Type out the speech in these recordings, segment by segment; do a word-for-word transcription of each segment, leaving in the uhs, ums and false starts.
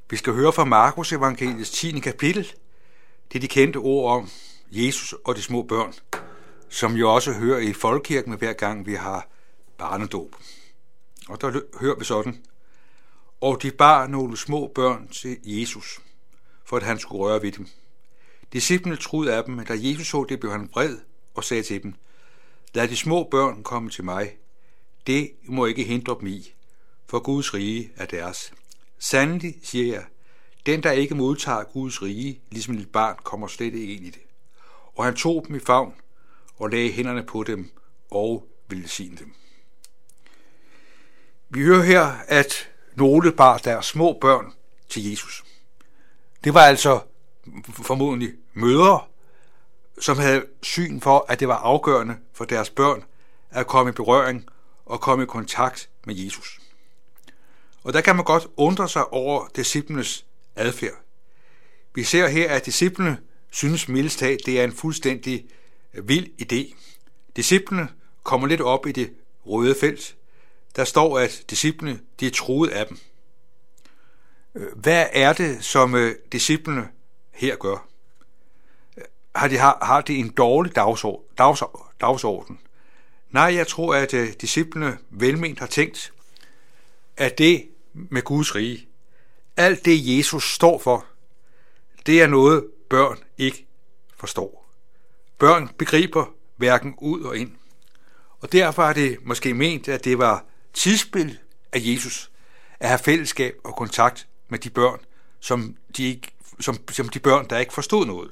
Vi skal høre fra Markus evangeliets tiende kapitel. Det er de kendte ord om Jesus og de små børn, som jo også hører i folkekirken hver gang vi har barnedåb. Og der hører vi sådan: Og de bar nogle små børn til Jesus, for at han skulle røre ved dem. Disciplene troede af dem, men da Jesus så det, blev han vred og sagde til dem: Lad de små børn komme til mig. Det må ikke hindre dem i, for Guds rige er deres. Sandelig, siger jeg, den der ikke modtager Guds rige, ligesom et barn, kommer slet ikke ind i det. Og han tog dem i favn og lagde hænderne på dem og velsigne dem. Vi hører her, at nogle bar deres små børn til Jesus. Det var altså formodentlig mødre, som havde syn for, at det var afgørende for deres børn at komme i berøring og komme i kontakt med Jesus. Og der kan man godt undre sig over disciplenes adfærd. Vi ser her, at disciplene synes mildest talt, det er en fuldstændig vild idé. Disciplene kommer lidt op i det røde felt. Der står, at disciplene de er truet af dem. Hvad er det, som disciplene her gør? Har de, har, har de en dårlig dagsorden, dagsorden? Nej, jeg tror, at disciplene velment har tænkt, at det med Guds rige, alt det Jesus står for, det er noget, børn ikke forstår. Børn begriber hverken ud og ind. Og derfor er det måske ment, at det var tidsspil af Jesus at have fællesskab og kontakt med de børn, som de, ikke, som, som de børn, der ikke forstod noget.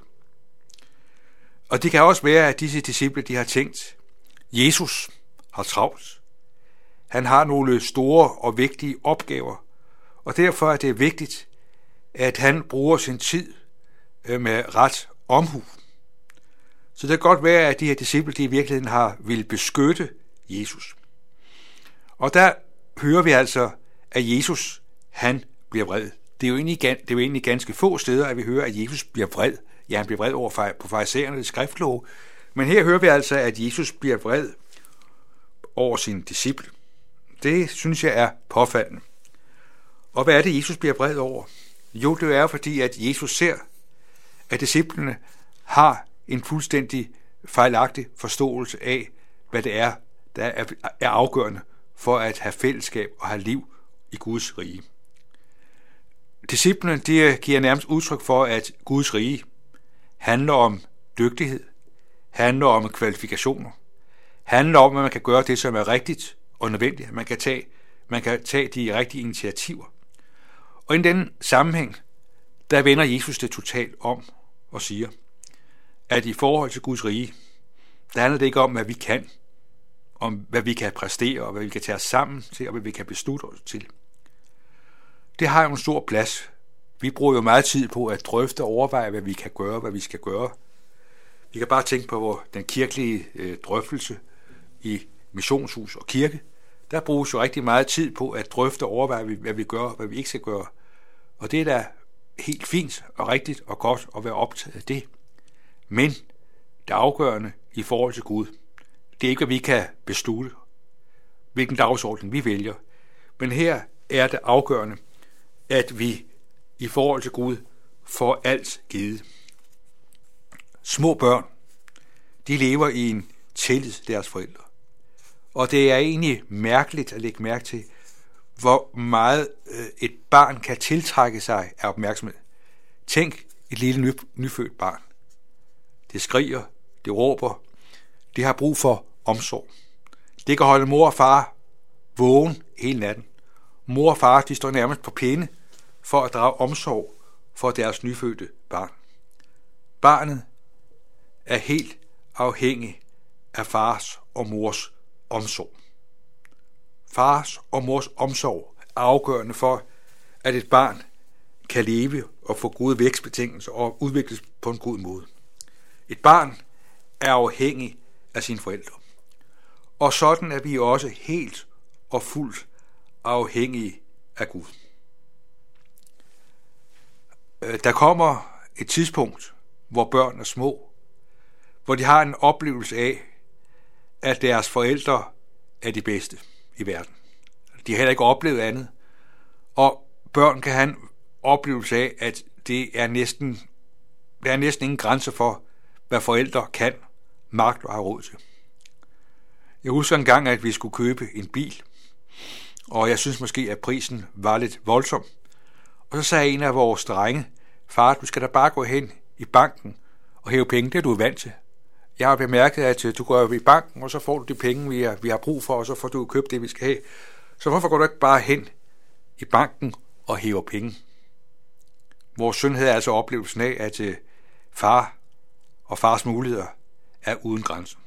Og det kan også være, at disse disciple, de har tænkt, Jesus har travlt. Han har nogle store og vigtige opgaver, og derfor er det vigtigt, at han bruger sin tid med ret omhu. Så det kan godt være, at de her disciple, de i virkeligheden har ville beskytte Jesus. Og der hører vi altså, at Jesus, han bliver vred. Det er jo egentlig, det er jo egentlig ganske få steder, at vi hører, at Jesus bliver vred. Ja, han bliver vred over på farisæerne, det skriftlove. Men her hører vi altså, at Jesus bliver vred over sine disciple. Det synes jeg er påfaldende. Og hvad er det, Jesus bliver vred over? Jo, det er fordi, at Jesus ser, at disciplene har en fuldstændig fejlagtig forståelse af, hvad det er, der er afgørende for at have fællesskab og have liv i Guds rige. Disciplene, de giver nærmest udtryk for, at Guds rige handler om dygtighed, handler om kvalifikationer, handler om, at man kan gøre det, som er rigtigt og nødvendigt. Man kan tage, man kan tage de rigtige initiativer. Og i den sammenhæng, der vender Jesus det totalt om og siger, at i forhold til Guds rige, der handler det ikke om, hvad vi kan, om hvad vi kan præstere, og hvad vi kan tage os sammen til, og hvad vi kan beslutte os til. Det har jo en stor plads. Vi bruger jo meget tid på at drøfte og overveje, hvad vi kan gøre, hvad vi skal gøre. Vi kan bare tænke på hvor den kirkelige øh, drøftelse i missionshus og kirke. Der bruges jo rigtig meget tid på at drøfte og overveje, hvad vi gør, hvad vi ikke skal gøre. Og det er da helt fint og rigtigt og godt at være optaget af det. Men det afgørende i forhold til Gud, det er ikke, at vi kan beslutte, hvilken dagsorden vi vælger. Men her er det afgørende, at vi i forhold til Gud får alt givet. Små børn, de lever i en tillid til deres forældre. Og det er egentlig mærkeligt at lægge mærke til, hvor meget et barn kan tiltrække sig af opmærksomhed. Tænk et lille nyfødt barn. Det skriger, det råber, det har brug for omsorg. Det kan holde mor og far vågen hele natten. Mor og far, de står nærmest på pinde for at drage omsorg for deres nyfødte barn. Barnet er helt afhængig af fars og mors omsorg. Fars og mors omsorg er afgørende for, at et barn kan leve og få gode vækstbetingelser og udvikles på en god måde. Et barn er afhængig af sine forældre. Og sådan er vi også helt og fuldt afhængige af Gud. Der kommer et tidspunkt, hvor børn er små, hvor de har en oplevelse af, at deres forældre er de bedste i verden. De har heller ikke oplevet andet, og børn kan have en oplevelse af, at det er næsten, der er næsten ingen grænse for, hvad forældre kan, magt og har råd til. Jeg husker en gang, at vi skulle købe en bil, og jeg synes måske, at prisen var lidt voldsom. Og så sagde en af vores drenge, far, du skal da bare gå hen i banken og hæve penge, det er du vant til. Jeg har bemærket, at du går i banken, og så får du de penge, vi har, vi har brug for, og så får du købt det, vi skal have. Så hvorfor går du ikke bare hen i banken og hæver penge? Vores søn havde altså oplevelsen af, at far og fars muligheder er uden grænser.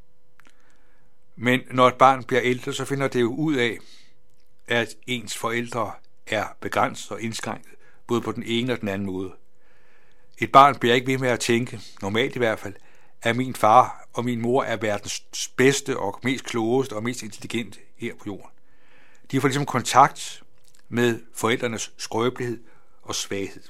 Men når et barn bliver ældre, så finder det jo ud af, at ens forældre er begrænset og indskrænket, både på den ene og den anden måde. Et barn bliver ikke ved med at tænke, normalt i hvert fald, at min far og min mor er verdens bedste og mest klogeste og mest intelligente her på jorden. De får ligesom kontakt med forældrenes skrøbelighed og svaghed.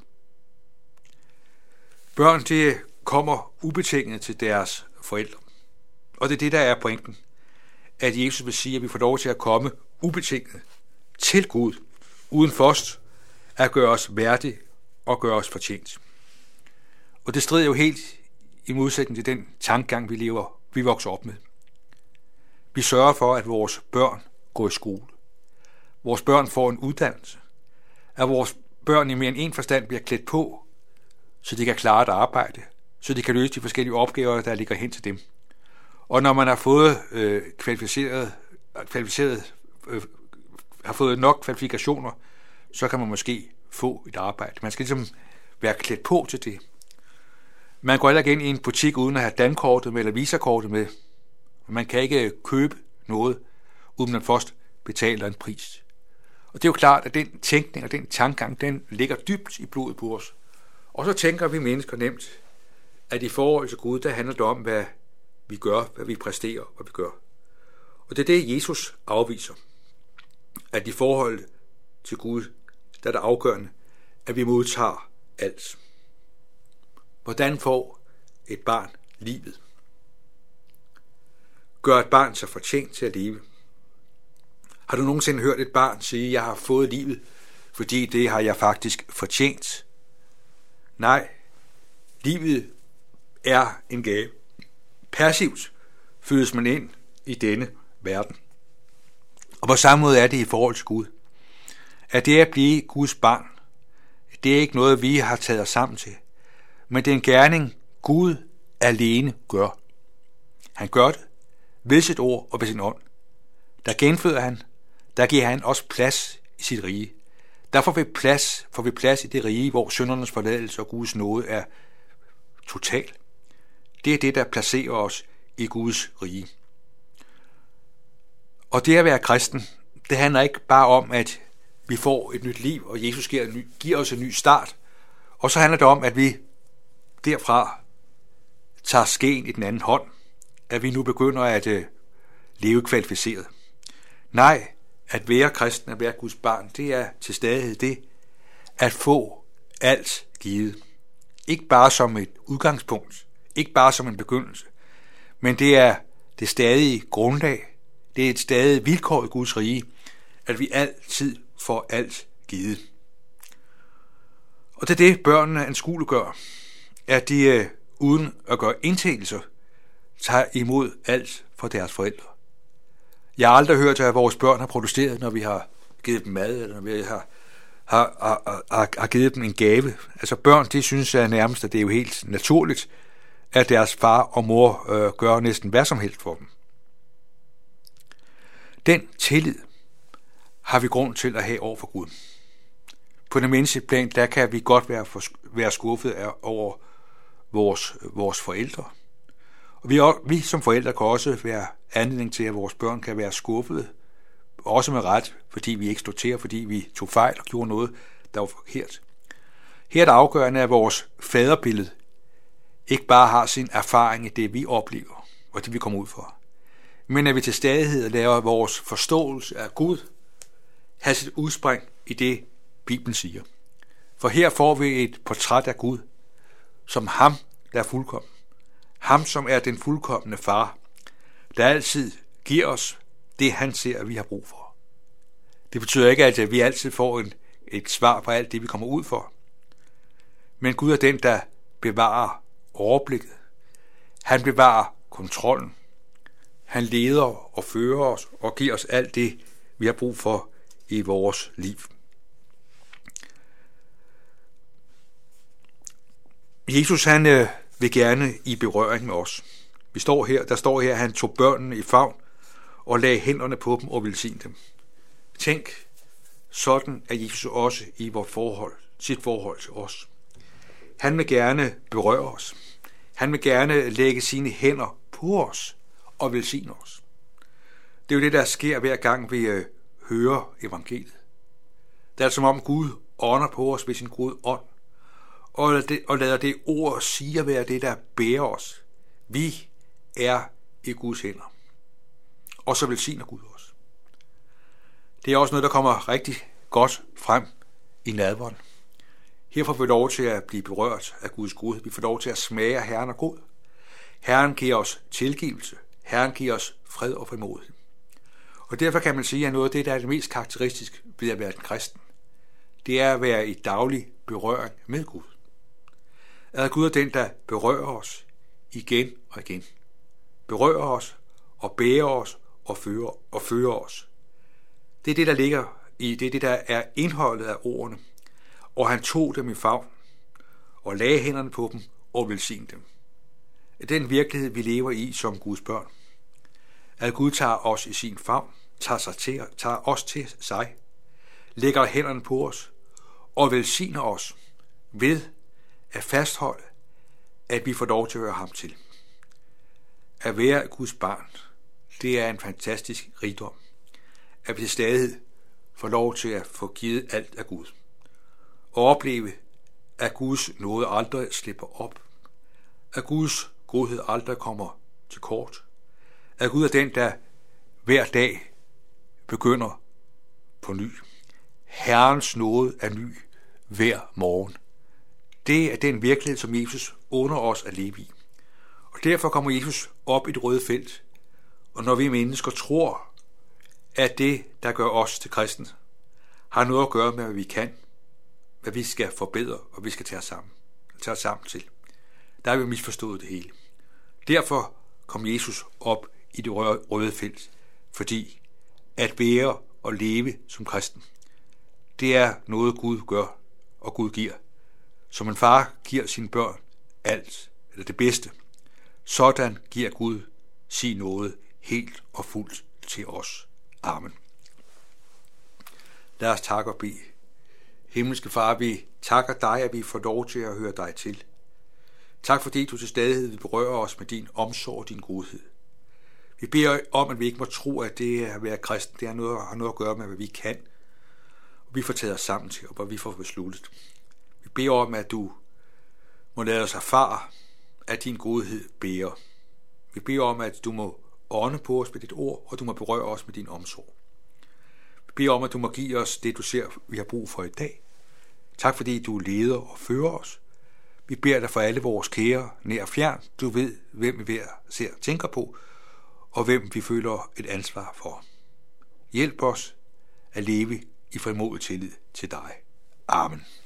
Børn, det kommer ubetinget til deres forældre. Og det er det, der er pointen. At Jesus vil sige, at vi får lov til at komme ubetinget til Gud, uden først at gøre os værdige og gøre os fortjent. Og det strider jo helt i modsætning til den tankegang, vi lever, vi vokser op med. Vi sørger for, at vores børn går i skole. Vores børn får en uddannelse. At vores børn i mere end en forstand bliver klædt på, så de kan klare et arbejde, så de kan løse de forskellige opgaver, der ligger hen til dem. Og når man har fået øh, kvalificeret, kvalificeret øh, har fået nok kvalifikationer, så kan man måske få et arbejde. Man skal ligesom være klædt på til det. Man går heller ikke ind i en butik uden at have dankortet med eller visakortet med. Man kan ikke købe noget, uden man først betaler en pris. Og det er jo klart, at den tænkning og den tankegang, den ligger dybt i blodet på os. Og så tænker vi mennesker nemt, at i forhold til Gud, der handler det om, hvad vi gør, hvad vi præsterer, hvad vi gør. Og det er det, Jesus afviser. At i forhold til Gud, der er det afgørende, at vi modtager alt. Hvordan får et barn livet? Gør et barn sig fortjent til at leve? Har du nogensinde hørt et barn sige, jeg har fået livet, fordi det har jeg faktisk fortjent? Nej, livet er en gave. Passivt fødes man ind i denne verden. Og på samme måde er det i forhold til Gud. At det at blive Guds barn, det er ikke noget, vi har taget os sammen til. Men det er en gerning, Gud alene gør. Han gør det ved sit ord og ved sin ånd. Der genføder han, der giver han også plads i sit rige. Der får vi plads, får vi plads i det rige, hvor syndernes forladelse og Guds nåde er total. Det er det, der placerer os i Guds rige. Og det at være kristen, det handler ikke bare om, at vi får et nyt liv, og Jesus giver, ny, giver os en ny start. Og så handler det om, at vi derfra tager skeen i den anden hånd, at vi nu begynder at uh, leve kvalificeret. Nej, at være kristen, at være Guds barn, det er til stadighed det, at få alt givet. Ikke bare som et udgangspunkt, ikke bare som en begyndelse, men det er det stadige grundlag, det er et stadig vilkår i Guds rige, at vi altid får alt givet. Og det er det, børnene anskueliggør, at de uh, uden at gøre indtagelser, tager imod alt fra deres forældre. Jeg har aldrig hørt, at vores børn har protesteret, når vi har givet dem mad, eller når vi har, har, har, har, har givet dem en gave. Altså børn, de synes at nærmest, at det er jo helt naturligt, at deres far og mor øh, gør næsten hvad som helst for dem. Den tillid har vi grund til at have over for Gud. På den menneskelige plan, der kan vi godt være, for, være skuffet over vores, vores forældre. Og vi, vi som forældre kan også være anledning til, at vores børn kan være skuffede, også med ret, fordi vi ikke stod til, fordi vi tog fejl og gjorde noget, der var forkert. Her er det afgørende, at vores faderbillede ikke bare har sin erfaring i det, vi oplever, og det vi kommer ud for, men at vi til stadighed laver vores forståelse af Gud have sit udspring i det, Bibelen siger. For her får vi et portræt af Gud, som ham, der er fuldkommen. Ham, som er den fuldkomne far, der altid giver os det, han ser, at vi har brug for. Det betyder ikke, at vi altid får en, et svar på alt det, vi kommer ud for. Men Gud er den, der bevarer overblikket. Han bevarer kontrollen. Han leder og fører os og giver os alt det, vi har brug for i vores liv. Jesus han øh, vil gerne i berøring med os. Vi står her, der står her, at han tog børnene i favn og lagde hænderne på dem og velsignede dem. Tænk, sådan er Jesus også i vores forhold, sit forhold til os. Han vil gerne berøre os. Han vil gerne lægge sine hænder på os og velsigne os. Det er jo det, der sker hver gang vi øh, hører evangeliet. Det er som om Gud ånder på os ved sin gode ånd, og, det, og lader det ord sige at være det, der bærer os. Vi er i Guds hænder. Og så velsigner Gud os. Det er også noget, der kommer rigtig godt frem i nadveren. Her får vi lov til at blive berørt af Guds godhed. Vi får lov til at smage, at Herren er god. Herren giver os tilgivelse. Herren giver os fred og frimodighed. Og derfor kan man sige, at noget af det, der er det mest karakteristisk ved at være en kristen, det er at være i daglig berøring med Gud. At Gud er den, der berører os igen og igen. Berører os og bærer os og fører, og fører os. Det er det, der ligger i, det er det, der er indholdet af ordene. Og han tog dem i favn og lagde hænderne på dem og velsignede dem. Den virkelighed, vi lever i som Guds børn. At Gud tager os i sin favn, tager, sig til, tager os til sig, lægger hænderne på os og velsigner os ved at fastholde, at vi får lov til at høre ham til. At være Guds barn, det er en fantastisk rigdom. At vi stadig får lov til at få givet alt af Gud. Og opleve, at Guds nåde aldrig slipper op. At Guds godhed aldrig kommer til kort. At Gud er den, der hver dag begynder på ny. Herrens nåde er ny hver morgen. Det er den virkelighed, som Jesus under os at leve i. Og derfor kommer Jesus op i det røde felt. Og når vi mennesker tror, at det, der gør os til kristne, har noget at gøre med, hvad vi kan, hvad vi skal forbedre, og vi skal tage os sammen, tage os sammen til. Der har vi misforstået det hele. Derfor kom Jesus op i det røde felt, fordi at være og leve som kristen, det er noget Gud gør og Gud giver. Som en far giver sine børn alt, eller det bedste, sådan giver Gud sin nåde helt og fuldt til os. Amen. Lad os takke og bede. Himmelske Far, vi takker dig, at vi får lov til at høre dig til. Tak fordi du til stadighed vil berøre os med din omsorg og din godhed. Vi beder om, at vi ikke må tro, at det at være kristen, det har noget, har noget at gøre med, hvad vi kan. Og vi får taget os sammen til, og hvad vi får besluttet. Vi beder om, at du må lade os erfare, at din godhed bærer. Vi beder om, at du må ånde på os med dit ord, og du må berøre os med din omsorg. Vi beder om, at du må give os det, du ser, vi har brug for i dag. Tak fordi du leder og fører os. Vi beder dig for alle vores kære, nær og fjern. Du ved, hvem vi hver ser tænker på, og hvem vi føler et ansvar for. Hjælp os at leve i frimodig tillid til dig. Amen.